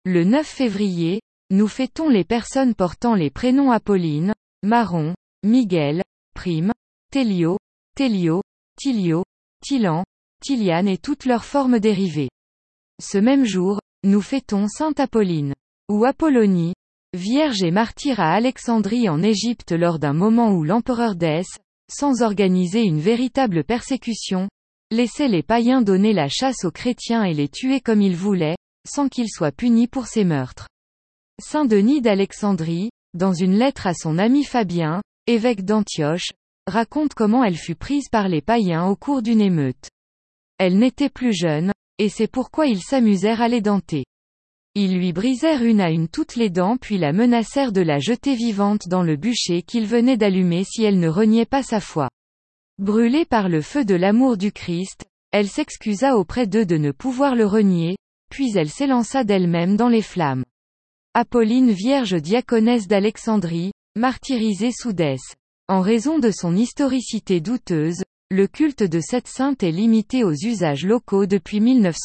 Le 9 février, nous fêtons les personnes portant les prénoms Apolline, Maron, Miguel, Prime, Télio, Télio, Tilio, Tilan, Tiliane et toutes leurs formes dérivées. Ce même jour, nous fêtons Sainte Apolline, ou Apollonie, vierge et martyre à Alexandrie en Égypte lors d'un moment où l'empereur Dès, sans organiser une véritable persécution, laissait les païens donner la chasse aux chrétiens et les tuer comme il voulait, sans qu'ils soient punis pour ces meurtres. Saint Denis d'Alexandrie, dans une lettre à son ami Fabien, évêque d'Antioche, raconte comment elle fut prise par les païens au cours d'une émeute. Elle n'était plus jeune, et c'est pourquoi ils s'amusèrent à l'édenter. Ils lui brisèrent une à une toutes les dents puis la menacèrent de la jeter vivante dans le bûcher qu'ils venaient d'allumer si elle ne reniait pas sa foi. Brûlée par le feu de l'amour du Christ, elle s'excusa auprès d'eux de ne pouvoir le renier, puis elle s'élança d'elle-même dans les flammes. Apolline vierge diaconesse d'Alexandrie, martyrisée sous Dès. En raison de son historicité douteuse, le culte de cette sainte est limité aux usages locaux depuis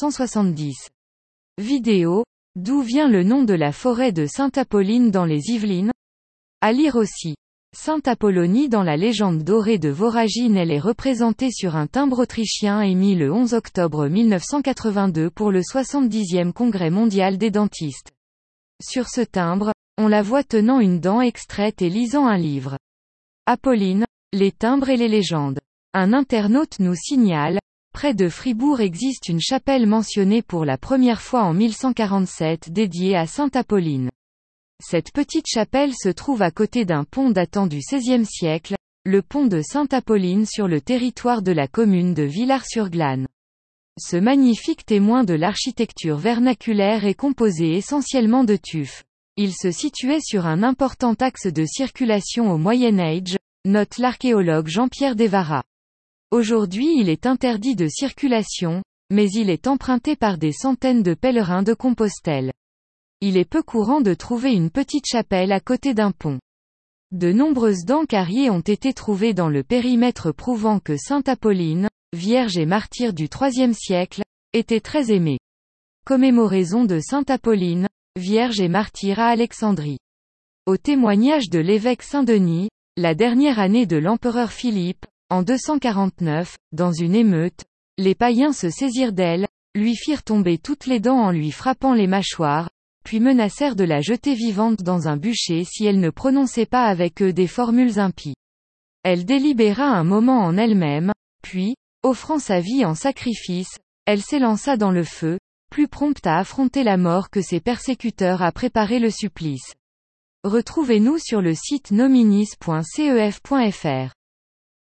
1970. Vidéo. D'où vient le nom de la forêt de Sainte-Apolline dans les Yvelines? À lire aussi. Sainte Apollonie dans la légende dorée de Voragine. Elle est représentée sur un timbre autrichien émis le 11 octobre 1982 pour le 70e Congrès mondial des dentistes. Sur ce timbre, on la voit tenant une dent extraite et lisant un livre. Apolline, les timbres et les légendes. Un internaute nous signale, près de Fribourg existe une chapelle mentionnée pour la première fois en 1147 dédiée à Sainte Apolline. Cette petite chapelle se trouve à côté d'un pont datant du XVIe siècle, le pont de Sainte Apolline sur le territoire de la commune de Villars-sur-Glâne. Ce magnifique témoin de l'architecture vernaculaire est composé essentiellement de tuf. Il se situait sur un important axe de circulation au Moyen Âge, note l'archéologue Jean-Pierre Desvarat. Aujourd'hui il est interdit de circulation, mais il est emprunté par des centaines de pèlerins de Compostelle. Il est peu courant de trouver une petite chapelle à côté d'un pont. De nombreuses dents carriées ont été trouvées dans le périmètre prouvant que Sainte Apolline, vierge et martyre du IIIe siècle, était très aimée. Commémoraison de Sainte Apolline, vierge et martyre à Alexandrie. Au témoignage de l'évêque Saint-Denis, la dernière année de l'empereur Philippe, en 249, dans une émeute, les païens se saisirent d'elle, lui firent tomber toutes les dents en lui frappant les mâchoires, puis menacèrent de la jeter vivante dans un bûcher si elle ne prononçait pas avec eux des formules impies. Elle délibéra un moment en elle-même, puis, offrant sa vie en sacrifice, elle s'élança dans le feu, plus prompte à affronter la mort que ses persécuteurs à préparer le supplice. Retrouvez-nous sur le site nominis.cef.fr.